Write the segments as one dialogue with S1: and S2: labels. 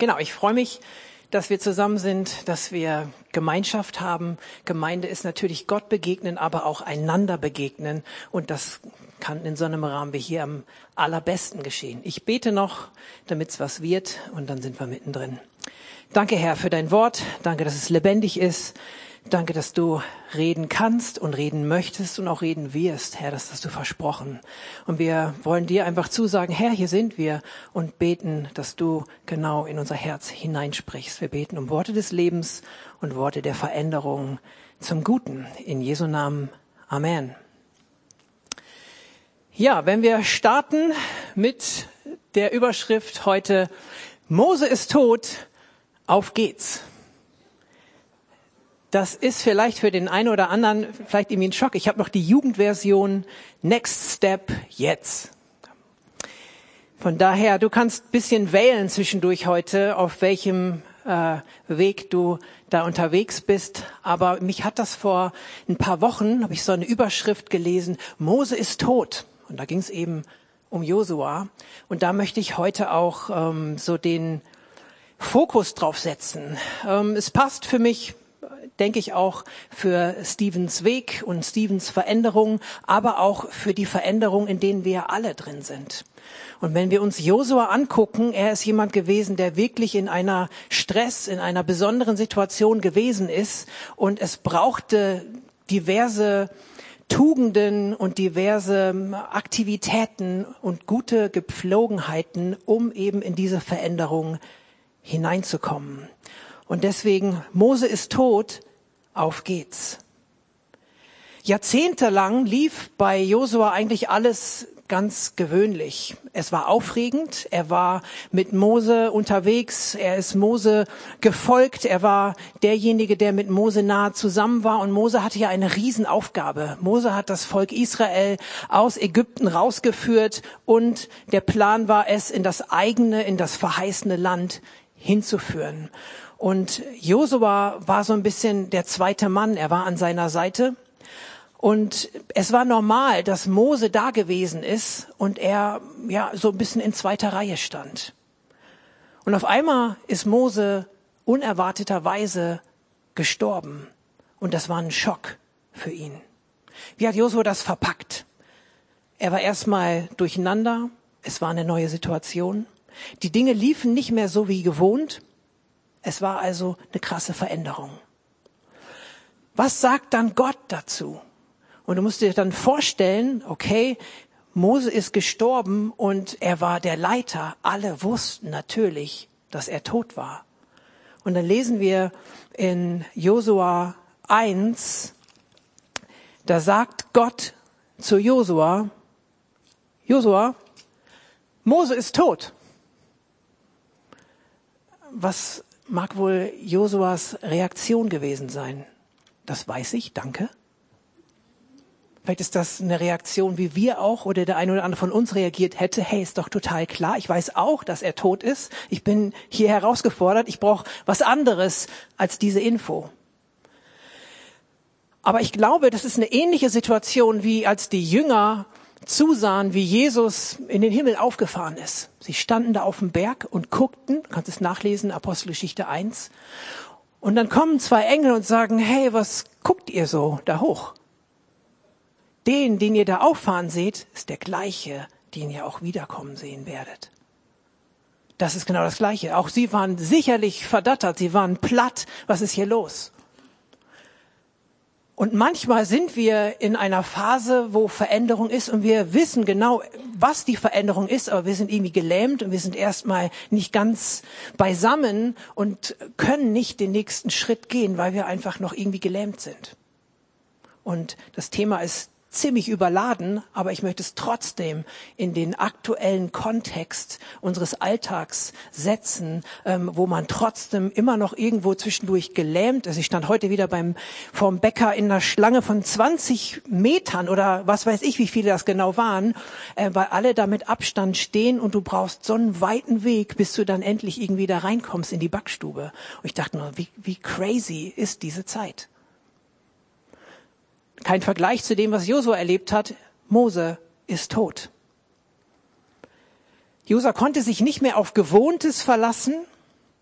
S1: Genau, ich freue mich, dass wir zusammen sind, dass wir Gemeinschaft haben. Gemeinde ist natürlich Gott begegnen, aber auch einander begegnen. Und das kann in so einem Rahmen wie hier am allerbesten geschehen. Ich bete noch, damit es was wird, und dann sind wir mittendrin. Danke, Herr, für dein Wort. Danke, dass es lebendig ist. Danke, dass du reden kannst und reden möchtest und auch reden wirst, Herr, das hast du versprochen. Und wir wollen dir einfach zusagen, Herr, hier sind wir, und beten, dass du genau in unser Herz hineinsprichst. Wir beten um Worte des Lebens und Worte der Veränderung zum Guten. In Jesu Namen. Amen. Ja, wenn wir starten mit der Überschrift heute, Mose ist tot, auf geht's. Das ist vielleicht für den einen oder anderen vielleicht irgendwie ein Schock. Ich habe noch die Jugendversion Next Step jetzt. Von daher, du kannst ein bisschen wählen zwischendurch heute, auf welchem Weg du da unterwegs bist. Aber mich hat das vor ein paar Wochen, habe ich so eine Überschrift gelesen, Mose ist tot. Und da ging es eben um Josua. Und da möchte ich heute auch so den Fokus drauf setzen. Es passt für mich, denke ich, auch für Stevens Weg und Stevens Veränderung, aber auch für die Veränderung, in denen wir alle drin sind. Und wenn wir uns Josua angucken, er ist jemand gewesen, der wirklich in einer Stress, in einer besonderen Situation gewesen ist, und es brauchte diverse Tugenden und diverse Aktivitäten und gute Gepflogenheiten, um eben in diese Veränderung hineinzukommen. Und deswegen, Mose ist tot, auf geht's. Jahrzehntelang lief bei Josua eigentlich alles ganz gewöhnlich. Es war aufregend, er war mit Mose unterwegs, er ist Mose gefolgt, er war derjenige, der mit Mose nahe zusammen war, und Mose hatte ja eine Riesenaufgabe. Mose hat das Volk Israel aus Ägypten rausgeführt, und der Plan war es, in das eigene, in das verheißene Land hinzuführen. Und Josua war so ein bisschen der zweite Mann, er war an seiner Seite. Und es war normal, dass Mose da gewesen ist und er ja so ein bisschen in zweiter Reihe stand. Und auf einmal ist Mose unerwarteterweise gestorben. Und das war ein Schock für ihn. Wie hat Josua das verpackt? Er war erstmal durcheinander, es war eine neue Situation. Die Dinge liefen nicht mehr so wie gewohnt. Es war also eine krasse Veränderung. Was sagt dann Gott dazu? Und du musst dir dann vorstellen, okay, Mose ist gestorben und er war der Leiter. Alle wussten natürlich, dass er tot war. Und dann lesen wir in Josua 1, da sagt Gott zu Josua, Josua, Mose ist tot. Was mag wohl Josuas Reaktion gewesen sein? Das weiß ich, danke. Vielleicht ist das eine Reaktion, wie wir auch oder der eine oder andere von uns reagiert hätte. Hey, ist doch total klar. Ich weiß auch, dass er tot ist. Ich bin hier herausgefordert. Ich brauche was anderes als diese Info. Aber ich glaube, das ist eine ähnliche Situation, wie als die Jünger zusahen, wie Jesus in den Himmel aufgefahren ist. Sie standen da auf dem Berg und guckten, du kannst es nachlesen, Apostelgeschichte 1. Und dann kommen zwei Engel und sagen, hey, was guckt ihr so da hoch? Den ihr da auffahren seht, ist der gleiche, den ihr auch wiederkommen sehen werdet. Das ist genau das Gleiche. Auch sie waren sicherlich verdattert, sie waren platt. Was ist hier los? Und manchmal sind wir in einer Phase, wo Veränderung ist, und wir wissen genau, was die Veränderung ist, aber wir sind irgendwie gelähmt und wir sind erstmal nicht ganz beisammen und können nicht den nächsten Schritt gehen, weil wir einfach noch irgendwie gelähmt sind. Und das Thema ist ziemlich überladen, aber ich möchte es trotzdem in den aktuellen Kontext unseres Alltags setzen, wo man trotzdem immer noch irgendwo zwischendurch gelähmt ist. Ich stand heute wieder vorm Bäcker in einer Schlange von 20 Metern oder was weiß ich, wie viele das genau waren, weil alle da mit Abstand stehen, und du brauchst so einen weiten Weg, bis du dann endlich irgendwie da reinkommst in die Backstube. Und ich dachte nur, wie crazy ist diese Zeit? Kein Vergleich zu dem, was Josua erlebt hat. Mose ist tot. Josua konnte sich nicht mehr auf Gewohntes verlassen.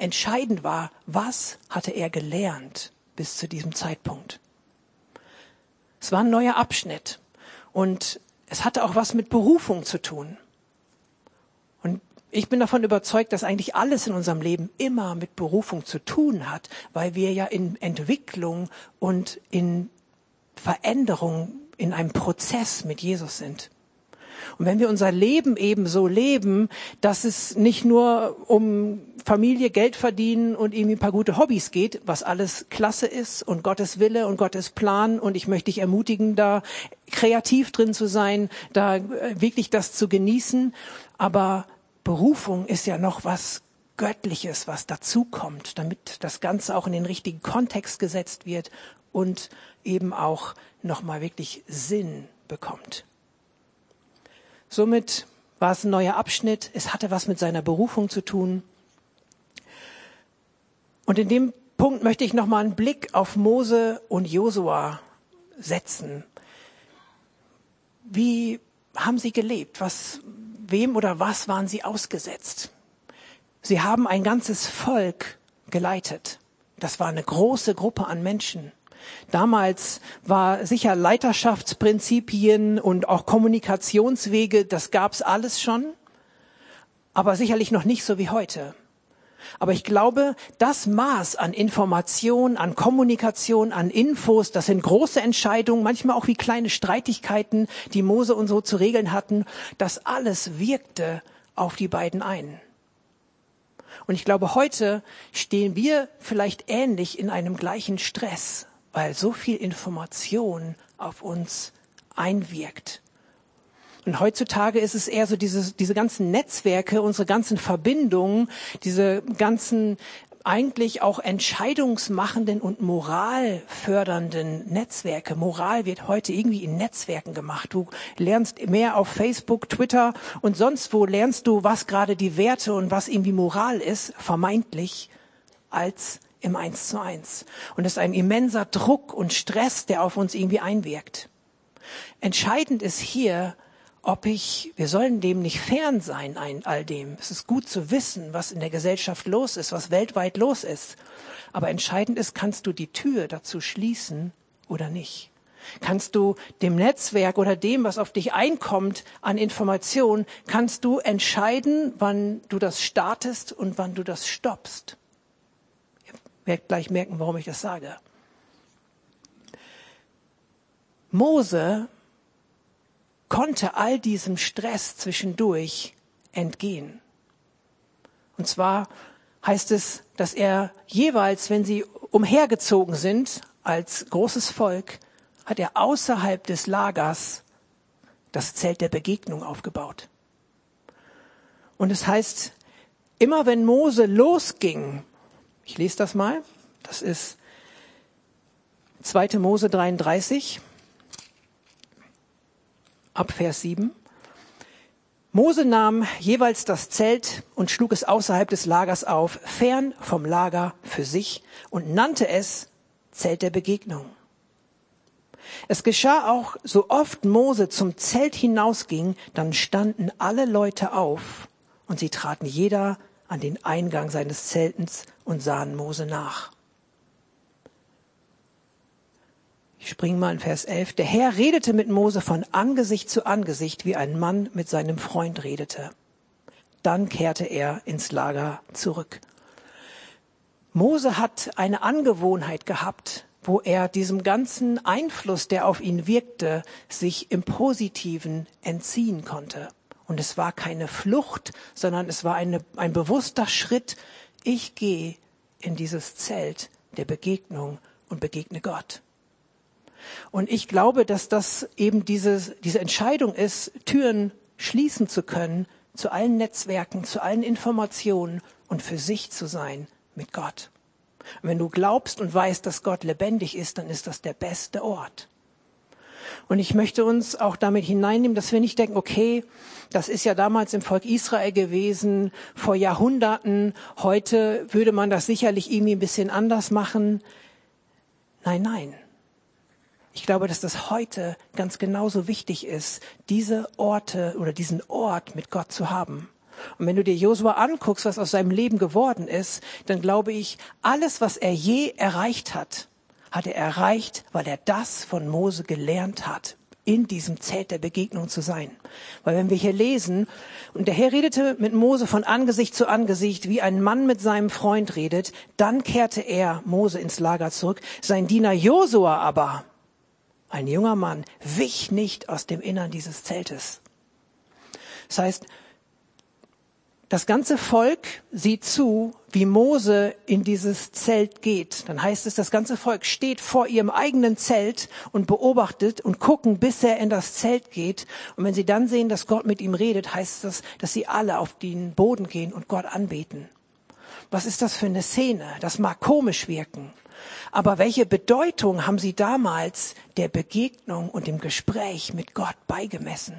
S1: entscheidend war, was hatte er gelernt bis zu diesem Zeitpunkt. Es war ein neuer Abschnitt und es hatte auch was mit Berufung zu tun. Und ich bin davon überzeugt, dass eigentlich alles in unserem Leben immer mit Berufung zu tun hat, weil wir ja in Entwicklung und in Veränderung in einem Prozess mit Jesus sind. Und wenn wir unser Leben eben so leben, dass es nicht nur um Familie, Geld verdienen und irgendwie ein paar gute Hobbys geht, was alles klasse ist und Gottes Wille und Gottes Plan, und ich möchte dich ermutigen, da kreativ drin zu sein, da wirklich das zu genießen. Aber Berufung ist ja noch was Göttliches, was dazukommt, damit das Ganze auch in den richtigen Kontext gesetzt wird und eben auch nochmal wirklich Sinn bekommt. Somit war es ein neuer Abschnitt. Es hatte was mit seiner Berufung zu tun. Und in dem Punkt möchte ich nochmal einen Blick auf Mose und Josua setzen. Wie haben sie gelebt? Wem oder was waren sie ausgesetzt? Sie haben ein ganzes Volk geleitet. Das war eine große Gruppe an Menschen. Damals war sicher Leiterschaftsprinzipien und auch Kommunikationswege, das gab's alles schon, aber sicherlich noch nicht so wie heute. Aber ich glaube, das Maß an Information, an Kommunikation, an Infos, das sind große Entscheidungen, manchmal auch wie kleine Streitigkeiten, die Mose und so zu regeln hatten, das alles wirkte auf die beiden ein. Und ich glaube, heute stehen wir vielleicht ähnlich in einem gleichen Stress, weil so viel Information auf uns einwirkt. Und heutzutage ist es eher so diese ganzen Netzwerke, unsere ganzen Verbindungen, diese ganzen eigentlich auch entscheidungsmachenden und moralfördernden Netzwerke. Moral wird heute irgendwie in Netzwerken gemacht. Du lernst mehr auf Facebook, Twitter und sonst wo lernst du, was gerade die Werte und was irgendwie Moral ist, vermeintlich, als im 1:1. Und es ist ein immenser Druck und Stress, der auf uns irgendwie einwirkt. Entscheidend ist hier, wir sollen dem nicht fern sein, all dem. Es ist gut zu wissen, was in der Gesellschaft los ist, was weltweit los ist. Aber entscheidend ist, kannst du die Tür dazu schließen oder nicht? Kannst du dem Netzwerk oder dem, was auf dich einkommt an Informationen, kannst du entscheiden, wann du das startest und wann du das stoppst? Ihr werdet gleich merken, warum ich das sage. Mose konnte all diesem Stress zwischendurch entgehen. Und zwar heißt es, dass er jeweils, wenn sie umhergezogen sind als großes Volk, hat er außerhalb des Lagers das Zelt der Begegnung aufgebaut. Und es heißt, immer wenn Mose losging, ich lese das mal, das ist 2. Mose 33, ab Vers 7. Mose nahm jeweils das Zelt und schlug es außerhalb des Lagers auf, fern vom Lager für sich, und nannte es Zelt der Begegnung. Es geschah auch, so oft Mose zum Zelt hinausging, dann standen alle Leute auf und sie traten jeder an den Eingang seines Zeltens und sahen Mose nach. Ich springe mal in Vers 11. Der Herr redete mit Mose von Angesicht zu Angesicht, wie ein Mann mit seinem Freund redete. Dann kehrte er ins Lager zurück. Mose hat eine Angewohnheit gehabt, wo er diesem ganzen Einfluss, der auf ihn wirkte, sich im Positiven entziehen konnte. Und es war keine Flucht, sondern es war ein bewusster Schritt. Ich gehe in dieses Zelt der Begegnung und begegne Gott. Und ich glaube, dass das eben diese Entscheidung ist, Türen schließen zu können zu allen Netzwerken, zu allen Informationen und für sich zu sein mit Gott. Und wenn du glaubst und weißt, dass Gott lebendig ist, dann ist das der beste Ort. Und ich möchte uns auch damit hineinnehmen, dass wir nicht denken, okay, das ist ja damals im Volk Israel gewesen, vor Jahrhunderten, heute würde man das sicherlich irgendwie ein bisschen anders machen. Nein. Ich glaube, dass das heute ganz genauso wichtig ist, diese Orte oder diesen Ort mit Gott zu haben. Und wenn du dir Josua anguckst, was aus seinem Leben geworden ist, dann glaube ich, alles, was er je erreicht hat, hat er erreicht, weil er das von Mose gelernt hat, in diesem Zelt der Begegnung zu sein. Weil wenn wir hier lesen, und der Herr redete mit Mose von Angesicht zu Angesicht, wie ein Mann mit seinem Freund redet, dann kehrte er, Mose, ins Lager zurück. Sein Diener Josua aber, ein junger Mann, wich nicht aus dem Innern dieses Zeltes. Das heißt, das ganze Volk sieht zu, wie Mose in dieses Zelt geht. Dann heißt es, das ganze Volk steht vor ihrem eigenen Zelt und beobachtet und gucken, bis er in das Zelt geht. Und wenn sie dann sehen, dass Gott mit ihm redet, heißt das, dass sie alle auf den Boden gehen und Gott anbeten. Was ist das für eine Szene? Das mag komisch wirken. Aber welche Bedeutung haben sie damals der Begegnung und dem Gespräch mit Gott beigemessen?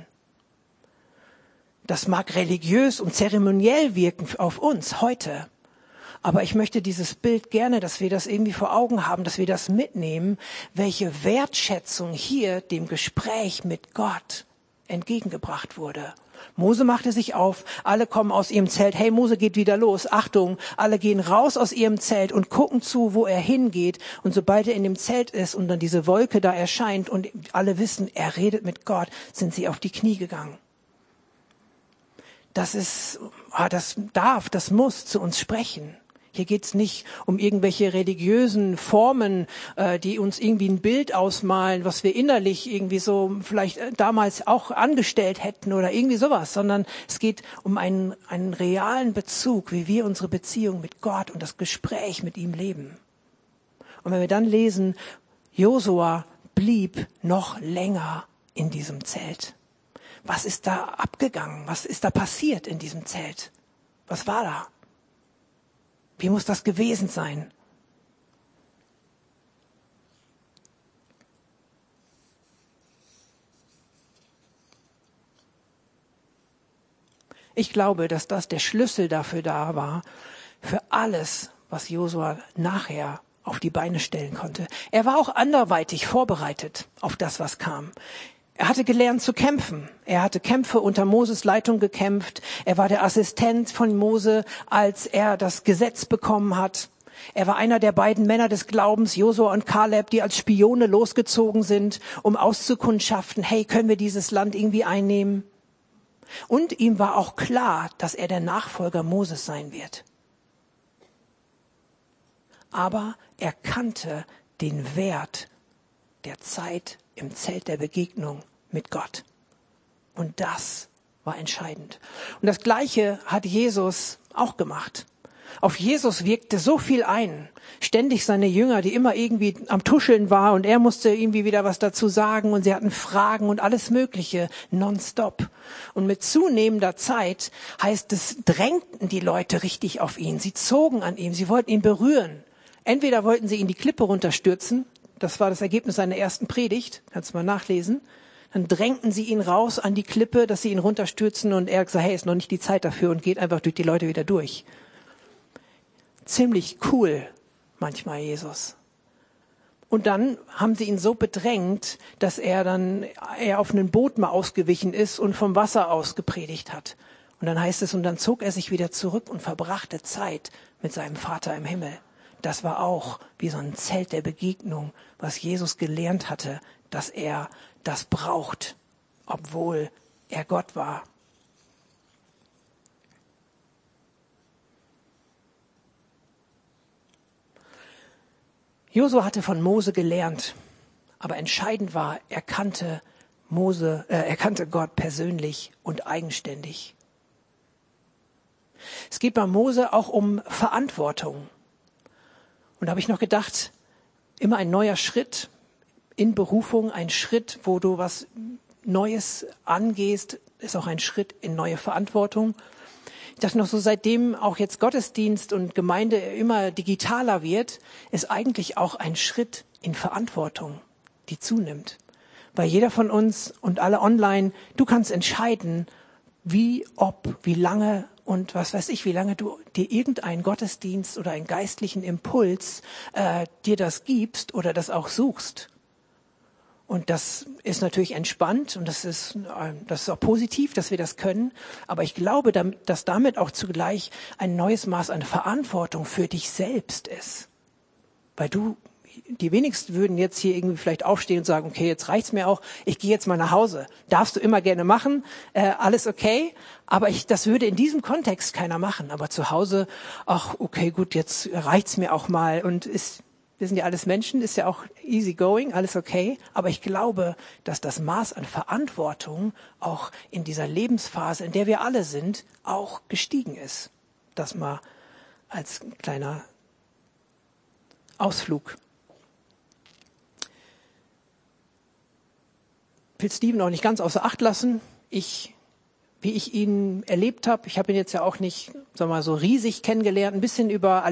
S1: Das mag religiös und zeremoniell wirken auf uns heute. Aber ich möchte dieses Bild gerne, dass wir das irgendwie vor Augen haben, dass wir das mitnehmen, welche Wertschätzung hier dem Gespräch mit Gott entgegengebracht wurde. Mose machte sich auf, alle kommen aus ihrem Zelt. Hey, Mose geht wieder los. Achtung, alle gehen raus aus ihrem Zelt und gucken zu, wo er hingeht. Und sobald er in dem Zelt ist und dann diese Wolke da erscheint und alle wissen, er redet mit Gott, sind sie auf die Knie gegangen. Das muss zu uns sprechen. Hier geht's nicht um irgendwelche religiösen Formen, die uns irgendwie ein Bild ausmalen, was wir innerlich irgendwie so vielleicht damals auch angestellt hätten oder irgendwie sowas, sondern es geht um einen realen Bezug, wie wir unsere Beziehung mit Gott und das Gespräch mit ihm leben. Und wenn wir dann lesen, Josua blieb noch länger in diesem Zelt. Was ist da abgegangen? Was ist da passiert in diesem Zelt? Was war da? Wie muss das gewesen sein? Ich glaube, dass das der Schlüssel dafür da war, für alles, was Josua nachher auf die Beine stellen konnte. Er war auch anderweitig vorbereitet auf das, was kam. Er hatte gelernt zu kämpfen. Er hatte Kämpfe unter Moses Leitung gekämpft. Er war der Assistent von Mose, als er das Gesetz bekommen hat. Er war einer der beiden Männer des Glaubens, Josua und Kaleb, die als Spione losgezogen sind, um auszukundschaften, hey, können wir dieses Land irgendwie einnehmen? Und ihm war auch klar, dass er der Nachfolger Moses sein wird. Aber er kannte den Wert der Zeit im Zelt der Begegnung mit Gott. Und das war entscheidend. Und das Gleiche hat Jesus auch gemacht. Auf Jesus wirkte so viel ein. Ständig seine Jünger, die immer irgendwie am Tuscheln waren und er musste irgendwie wieder was dazu sagen und sie hatten Fragen und alles Mögliche nonstop. Und mit zunehmender Zeit heißt es, drängten die Leute richtig auf ihn. Sie zogen an ihm, sie wollten ihn berühren. Entweder wollten sie ihn die Klippe runterstürzen. Das war das Ergebnis seiner ersten Predigt. Kannst du mal nachlesen. Dann drängten sie ihn raus an die Klippe, dass sie ihn runterstürzen und er gesagt, hey, ist noch nicht die Zeit dafür und geht einfach durch die Leute wieder durch. Ziemlich cool manchmal Jesus. Und dann haben sie ihn so bedrängt, dass er auf ein Boot mal ausgewichen ist und vom Wasser aus gepredigt hat. Und dann heißt es, und dann zog er sich wieder zurück und verbrachte Zeit mit seinem Vater im Himmel. Das war auch wie so ein Zelt der Begegnung, was Jesus gelernt hatte, dass er das braucht, obwohl er Gott war. Josua hatte von Mose gelernt, aber entscheidend war, er kannte Gott persönlich und eigenständig. Es geht bei Mose auch um Verantwortung. Und da habe ich noch gedacht, immer ein neuer Schritt in Berufung, ein Schritt, wo du was Neues angehst, ist auch ein Schritt in neue Verantwortung. Ich dachte noch so, seitdem auch jetzt Gottesdienst und Gemeinde immer digitaler wird, ist eigentlich auch ein Schritt in Verantwortung, die zunimmt. Weil jeder von uns und alle online, du kannst entscheiden, wie lange und was weiß ich, wie lange du dir irgendeinen Gottesdienst oder einen geistlichen Impuls dir das gibst oder das auch suchst. Und das ist natürlich entspannt und das ist auch positiv, dass wir das können. Aber ich glaube, dass damit auch zugleich ein neues Maß an Verantwortung für dich selbst ist. Weil die wenigsten würden jetzt hier irgendwie vielleicht aufstehen und sagen, okay, jetzt reicht's mir auch, ich gehe jetzt mal nach Hause. Darfst du immer gerne machen, alles okay. Aber das würde in diesem Kontext keiner machen. Aber zu Hause, ach, okay, gut, jetzt reicht's mir auch mal und wir sind ja alles Menschen, ist ja auch easy going, alles okay. Aber ich glaube, dass das Maß an Verantwortung auch in dieser Lebensphase, in der wir alle sind, auch gestiegen ist. Das mal als kleiner Ausflug. Ich will Steven auch nicht ganz außer Acht lassen. Wie ich ihn erlebt habe, ich habe ihn jetzt ja auch nicht, sagen wir mal, so riesig kennengelernt, ein bisschen über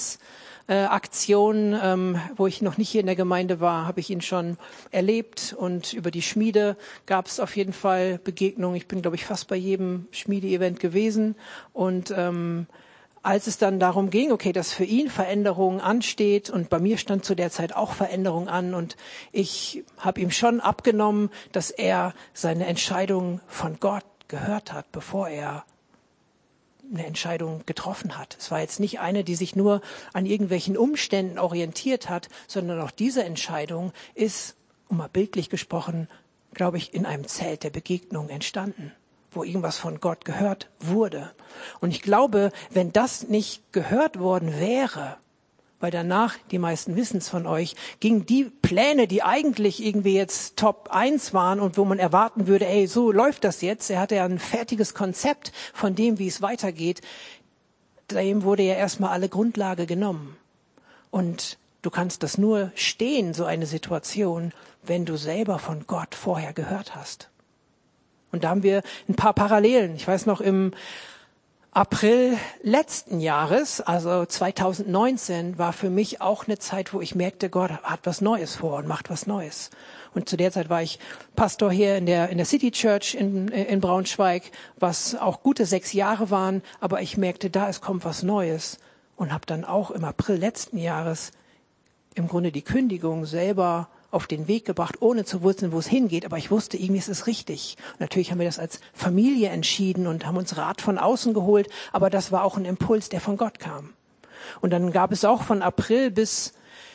S1: Allianz-Aktionen, wo ich noch nicht hier in der Gemeinde war, habe ich ihn schon erlebt und über die Schmiede gab es auf jeden Fall Begegnungen. Ich bin, glaube ich, fast bei jedem Schmiede-Event gewesen und als es dann darum ging, okay, dass für ihn Veränderung ansteht und bei mir stand zu der Zeit auch Veränderung an und ich habe ihm schon abgenommen, dass er seine Entscheidung von Gott gehört hat, bevor er eine Entscheidung getroffen hat. Es war jetzt nicht eine, die sich nur an irgendwelchen Umständen orientiert hat, sondern auch diese Entscheidung ist, um mal bildlich gesprochen, glaube ich, in einem Zelt der Begegnung entstanden, wo irgendwas von Gott gehört wurde. Und ich glaube, wenn das nicht gehört worden wäre, weil danach, die meisten wissen es von euch, gingen die Pläne, die eigentlich irgendwie jetzt Top 1 waren und wo man erwarten würde, ey, so läuft das jetzt. Er hatte ja ein fertiges Konzept von dem, wie es weitergeht. Dem wurde ja erstmal alle Grundlage genommen. Und du kannst das nur stehen, so eine Situation, wenn du selber von Gott vorher gehört hast. Und da haben wir ein paar Parallelen. Ich weiß noch, im April letzten Jahres, also 2019, war für mich auch eine Zeit, wo ich merkte, Gott hat was Neues vor und macht was Neues. Und zu der Zeit war ich Pastor hier in der City Church in Braunschweig, was auch gute 6 Jahre waren. Aber ich merkte, es kommt was Neues. Und habe dann auch im April letzten Jahres im Grunde die Kündigung selber auf den Weg gebracht, ohne zu wussten, wo es hingeht. Aber ich wusste, irgendwie ist es richtig. Und natürlich haben wir das als Familie entschieden und haben uns Rat von außen geholt. Aber das war auch ein Impuls, der von Gott kam. Und dann gab es auch von April bis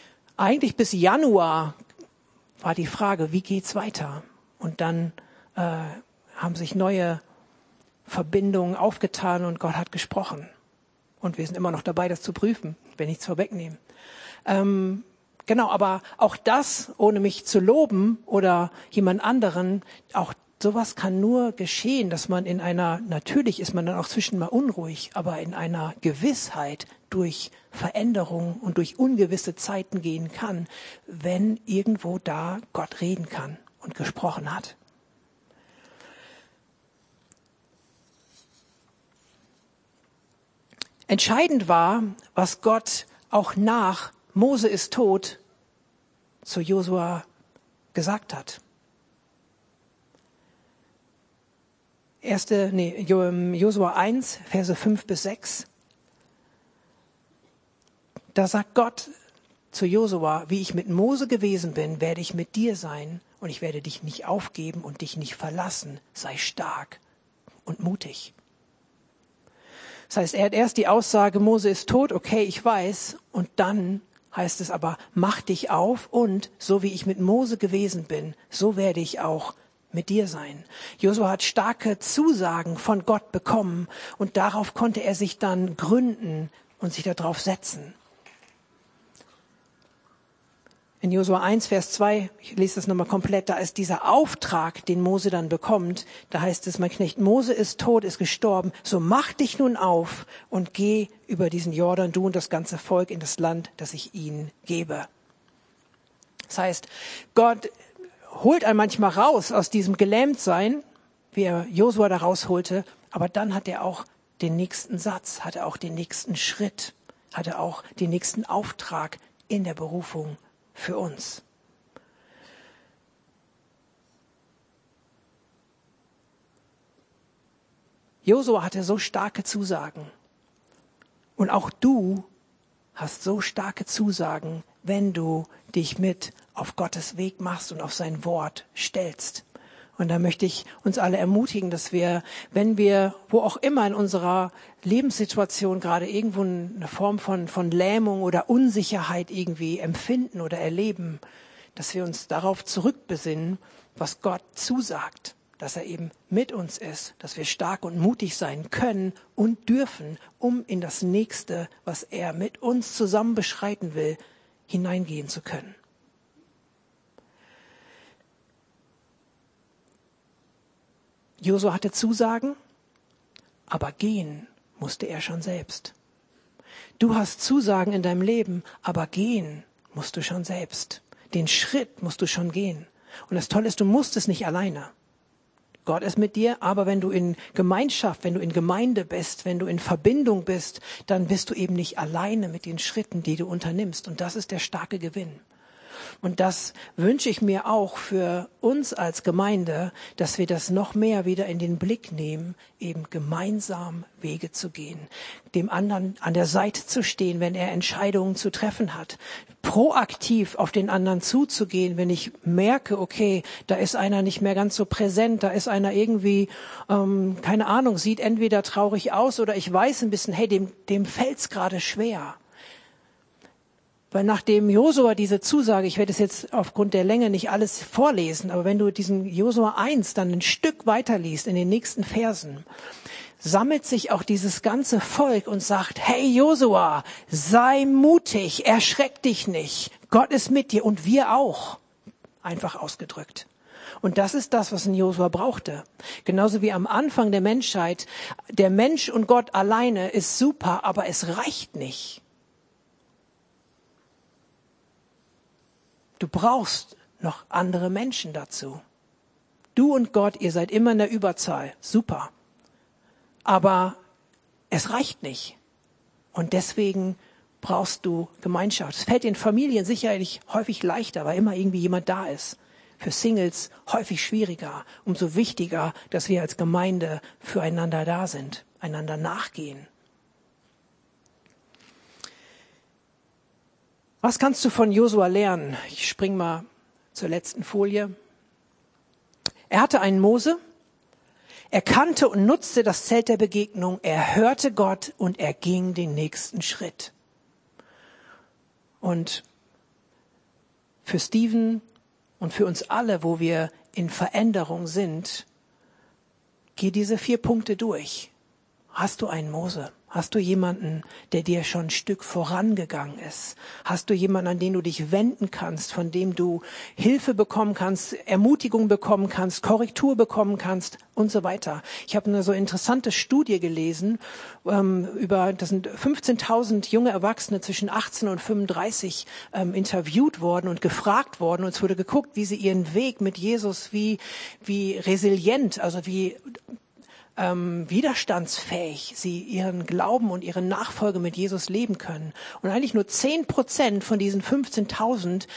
S1: Januar war die Frage, wie geht's weiter? Und dann haben sich neue Verbindungen aufgetan und Gott hat gesprochen. Und wir sind immer noch dabei, das zu prüfen, wenn nichts vorwegnehmen. Genau, aber auch das, ohne mich zu loben oder jemand anderen, auch sowas kann nur geschehen, dass man natürlich ist man dann auch zwischen mal unruhig, aber in einer Gewissheit durch Veränderung und durch ungewisse Zeiten gehen kann, wenn irgendwo da Gott reden kann und gesprochen hat. Entscheidend war, was Gott auch nach Mose ist tot zu Josua gesagt hat. Josua 1, Verse 5 bis 6. Da sagt Gott zu Josua, wie ich mit Mose gewesen bin, werde ich mit dir sein und ich werde dich nicht aufgeben und dich nicht verlassen. Sei stark und mutig. Das heißt, er hat erst die Aussage, Mose ist tot, okay, ich weiß, und dann heißt es aber, mach dich auf und so wie ich mit Mose gewesen bin, so werde ich auch mit dir sein. Josua hat starke Zusagen von Gott bekommen und darauf konnte er sich dann gründen und sich darauf setzen. In Josua 1, Vers 2, ich lese das nochmal komplett, da ist dieser Auftrag, den Mose dann bekommt. Da heißt es, mein Knecht Mose ist tot, ist gestorben. So mach dich nun auf und geh über diesen Jordan, du und das ganze Volk, in das Land, das ich ihnen gebe. Das heißt, Gott holt einen manchmal raus aus diesem Gelähmtsein, wie er Josua da rausholte. Aber dann hat er auch den nächsten Satz, hat er auch den nächsten Schritt, hat er auch den nächsten Auftrag in der Berufung für uns. Josua hatte so starke Zusagen. Und auch du hast so starke Zusagen, wenn du dich mit auf Gottes Weg machst und auf sein Wort stellst. Und da möchte ich uns alle ermutigen, dass wir, wenn wir, wo auch immer in unserer Lebenssituation gerade irgendwo eine Form von Lähmung oder Unsicherheit irgendwie empfinden oder erleben, dass wir uns darauf zurückbesinnen, was Gott zusagt, dass er eben mit uns ist, dass wir stark und mutig sein können und dürfen, um in das Nächste, was er mit uns zusammen beschreiten will, hineingehen zu können. Josua hatte Zusagen, aber gehen musste er schon selbst. Du hast Zusagen in deinem Leben, aber gehen musst du schon selbst. Den Schritt musst du schon gehen. Und das Tolle ist, du musst es nicht alleine. Gott ist mit dir, aber wenn du in Gemeinschaft, wenn du in Gemeinde bist, wenn du in Verbindung bist, dann bist du eben nicht alleine mit den Schritten, die du unternimmst. Und das ist der starke Gewinn. Und das wünsche ich mir auch für uns als Gemeinde, dass wir das noch mehr wieder in den Blick nehmen, eben gemeinsam Wege zu gehen, dem anderen an der Seite zu stehen, wenn er Entscheidungen zu treffen hat, proaktiv auf den anderen zuzugehen, wenn ich merke, okay, da ist einer nicht mehr ganz so präsent, da ist einer irgendwie, keine Ahnung, sieht entweder traurig aus oder ich weiß ein bisschen, hey, dem fällt's gerade schwer. Weil nachdem Josua diese Zusage, ich werde es jetzt aufgrund der Länge nicht alles vorlesen, aber wenn du diesen Josua 1 dann ein Stück weiterliest in den nächsten Versen, sammelt sich auch dieses ganze Volk und sagt, hey Josua, sei mutig, erschreck dich nicht, Gott ist mit dir und wir auch, einfach ausgedrückt. Und das ist das, was ein Josua brauchte. Genauso wie am Anfang der Menschheit, der Mensch und Gott alleine ist super, aber es reicht nicht. Du brauchst noch andere Menschen dazu. Du und Gott, ihr seid immer in der Überzahl. Super. Aber es reicht nicht. Und deswegen brauchst du Gemeinschaft. Es fällt in Familien sicherlich häufig leichter, weil immer irgendwie jemand da ist. Für Singles häufig schwieriger. Umso wichtiger, dass wir als Gemeinde füreinander da sind, einander nachgehen. Was kannst du von Josua lernen? Ich spring mal zur letzten Folie. Er hatte einen Mose. Er kannte und nutzte das Zelt der Begegnung. Er hörte Gott und er ging den nächsten Schritt. Und für Steven und für uns alle, wo wir in Veränderung sind, geh diese 4 Punkte durch. Hast du einen Mose? Hast du jemanden, der dir schon ein Stück vorangegangen ist? Hast du jemanden, an den du dich wenden kannst, von dem du Hilfe bekommen kannst, Ermutigung bekommen kannst, Korrektur bekommen kannst und so weiter? Ich habe eine so interessante Studie gelesen, das sind 15.000 junge Erwachsene zwischen 18 und 35 interviewt worden und gefragt worden. Und es wurde geguckt, wie sie ihren Weg mit Jesus, wie resilient, also wie widerstandsfähig sie ihren Glauben und ihre Nachfolge mit Jesus leben können. Und eigentlich nur 10% von diesen 15.000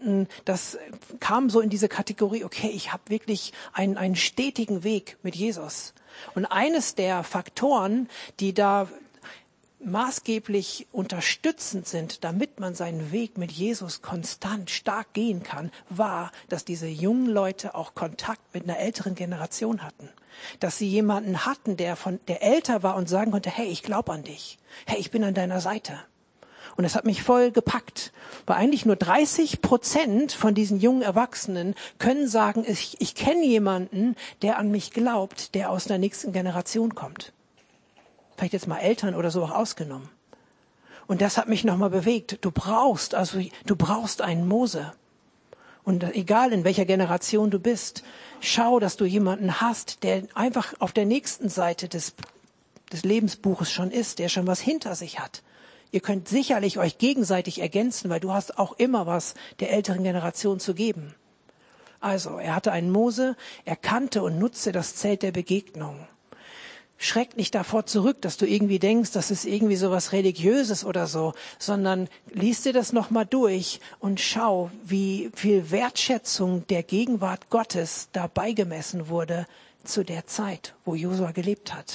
S1: kamen so in diese Kategorie, okay, ich habe wirklich einen stetigen Weg mit Jesus. Und eines der Faktoren, die da maßgeblich unterstützend sind, damit man seinen Weg mit Jesus konstant stark gehen kann, war, dass diese jungen Leute auch Kontakt mit einer älteren Generation hatten. Dass sie jemanden hatten, der älter war und sagen konnte, hey, ich glaube an dich. Hey, ich bin an deiner Seite. Und das hat mich voll gepackt. Weil eigentlich nur 30% von diesen jungen Erwachsenen können sagen, ich kenne jemanden, der an mich glaubt, der aus der nächsten Generation kommt. Vielleicht jetzt mal Eltern oder so auch ausgenommen. Und das hat mich nochmal bewegt. Du brauchst einen Mose. Und egal in welcher Generation du bist, schau, dass du jemanden hast, der einfach auf der nächsten Seite des Lebensbuches schon ist, der schon was hinter sich hat. Ihr könnt sicherlich euch gegenseitig ergänzen, weil du hast auch immer was der älteren Generation zu geben. Also, er hatte einen Mose, er kannte und nutzte das Zelt der Begegnung. Schreck nicht davor zurück, dass du irgendwie denkst, das ist irgendwie so was Religiöses oder so, sondern lies dir das nochmal durch und schau, wie viel Wertschätzung der Gegenwart Gottes dabei gemessen wurde zu der Zeit, wo Josua gelebt hat.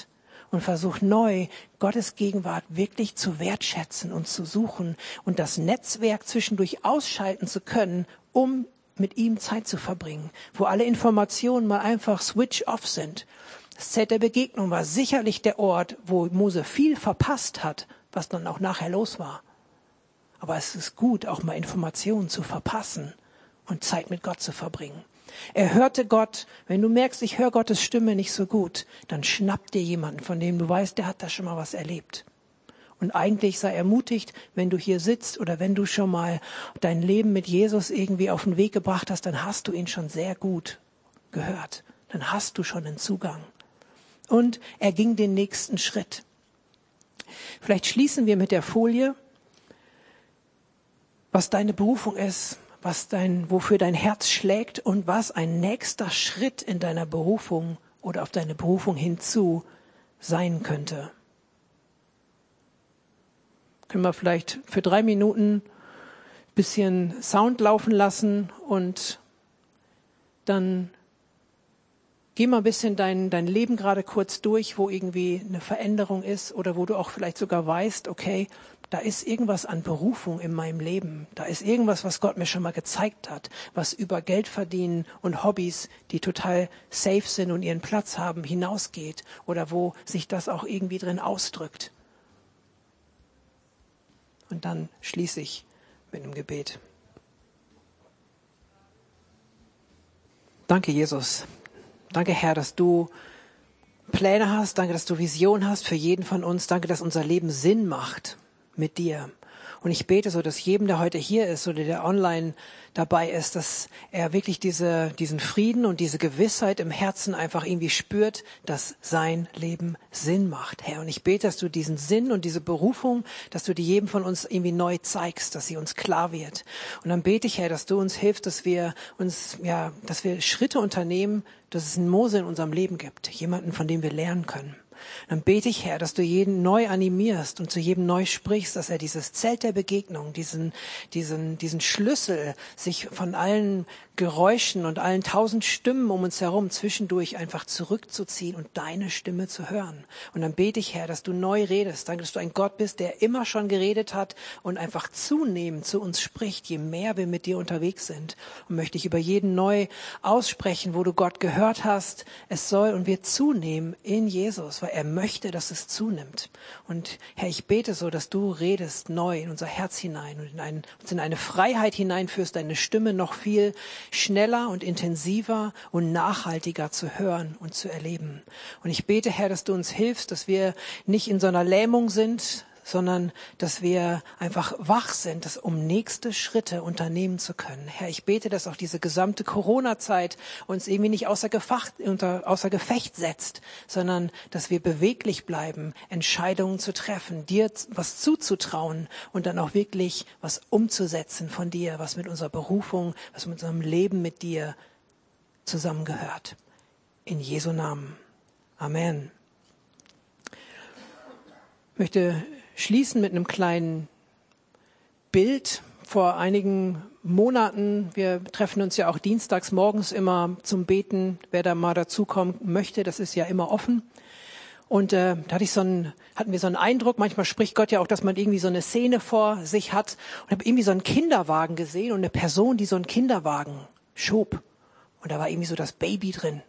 S1: und versuch neu Gottes Gegenwart wirklich zu wertschätzen und zu suchen und das Netzwerk zwischendurch ausschalten zu können, um mit ihm Zeit zu verbringen, wo alle Informationen mal einfach switch off sind. Das Zelt der Begegnung war sicherlich der Ort, wo Mose viel verpasst hat, was dann auch nachher los war. Aber es ist gut, auch mal Informationen zu verpassen und Zeit mit Gott zu verbringen. Er hörte Gott. Wenn du merkst, ich höre Gottes Stimme nicht so gut, dann schnapp dir jemanden, von dem du weißt, der hat da schon mal was erlebt. Und eigentlich sei ermutigt, wenn du hier sitzt oder wenn du schon mal dein Leben mit Jesus irgendwie auf den Weg gebracht hast, dann hast du ihn schon sehr gut gehört. Dann hast du schon einen Zugang. Und er ging den nächsten Schritt. Vielleicht schließen wir mit der Folie, was deine Berufung ist, wofür dein Herz schlägt und was ein nächster Schritt in deiner Berufung oder auf deine Berufung hinzu sein könnte. Können wir vielleicht für 3 Minuten ein bisschen Sound laufen lassen und dann geh mal ein bisschen dein Leben gerade kurz durch, wo irgendwie eine Veränderung ist oder wo du auch vielleicht sogar weißt, okay, da ist irgendwas an Berufung in meinem Leben. Da ist irgendwas, was Gott mir schon mal gezeigt hat, was über Geld verdienen und Hobbys, die total safe sind und ihren Platz haben, hinausgeht oder wo sich das auch irgendwie drin ausdrückt. Und dann schließe ich mit einem Gebet. Danke, Jesus. Danke, Herr, dass du Pläne hast. Danke, dass du Vision hast für jeden von uns. Danke, dass unser Leben Sinn macht mit dir. Und ich bete so, dass jedem, der heute hier ist oder der online dabei ist, dass er wirklich diesen Frieden und diese Gewissheit im Herzen einfach irgendwie spürt, dass sein Leben Sinn macht, Herr. Und ich bete, dass du diesen Sinn und diese Berufung, dass du die jedem von uns irgendwie neu zeigst, dass sie uns klar wird. Und dann bete ich, Herr, dass du uns hilfst, dass wir Schritte unternehmen, dass es einen Mose in unserem Leben gibt. Jemanden, von dem wir lernen können. Dann bete ich, Herr, dass du jeden neu animierst und zu jedem neu sprichst, dass er dieses Zelt der Begegnung, diesen Schlüssel, sich von allen Geräuschen und allen 1000 Stimmen um uns herum zwischendurch einfach zurückzuziehen und deine Stimme zu hören. Und dann bete ich, Herr, dass du neu redest. Danke, dass du ein Gott bist, der immer schon geredet hat und einfach zunehmend zu uns spricht, je mehr wir mit dir unterwegs sind. Und möchte ich über jeden neu aussprechen, wo du Gott gehört hast. Es soll und wird zunehmen in Jesus, weil er möchte, dass es zunimmt. Und Herr, ich bete so, dass du redest neu in unser Herz hinein und uns in eine Freiheit hineinführst, deine Stimme noch viel schneller und intensiver und nachhaltiger zu hören und zu erleben. Und ich bete, Herr, dass du uns hilfst, dass wir nicht in so einer Lähmung sind, sondern dass wir einfach wach sind, um nächste Schritte unternehmen zu können. Herr, ich bete, dass auch diese gesamte Corona-Zeit uns irgendwie nicht außer Gefecht setzt, sondern dass wir beweglich bleiben, Entscheidungen zu treffen, dir was zuzutrauen und dann auch wirklich was umzusetzen von dir, was mit unserer Berufung, was mit unserem Leben mit dir zusammengehört. In Jesu Namen. Amen. Ich möchte schließen mit einem kleinen Bild. Vor einigen Monaten, wir treffen uns ja auch dienstags morgens immer zum Beten, wer da mal dazukommen möchte, das ist ja immer offen. Und da hatten wir so einen Eindruck, manchmal spricht Gott ja auch, dass man irgendwie so eine Szene vor sich hat. Und habe irgendwie so einen Kinderwagen gesehen und eine Person, die so einen Kinderwagen schob. Und da war irgendwie so das Baby drin.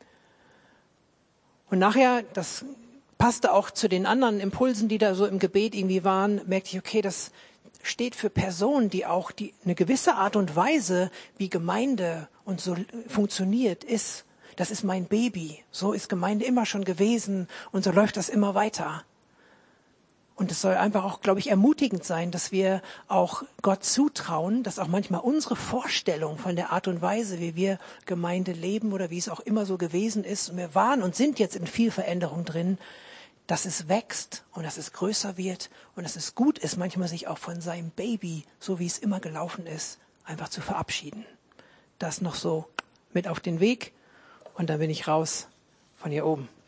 S1: Und nachher, das passte auch zu den anderen Impulsen, die da so im Gebet irgendwie waren, merkte ich, okay, das steht für Personen, die eine gewisse Art und Weise, wie Gemeinde und so funktioniert, ist. Das ist mein Baby. So ist Gemeinde immer schon gewesen und so läuft das immer weiter. Und es soll einfach auch, glaube ich, ermutigend sein, dass wir auch Gott zutrauen, dass auch manchmal unsere Vorstellung von der Art und Weise, wie wir Gemeinde leben oder wie es auch immer so gewesen ist, und wir waren und sind jetzt in viel Veränderung drin, dass es wächst und dass es größer wird und dass es gut ist, manchmal sich auch von seinem Baby, so wie es immer gelaufen ist, einfach zu verabschieden. Das noch so mit auf den Weg und dann bin ich raus von hier oben.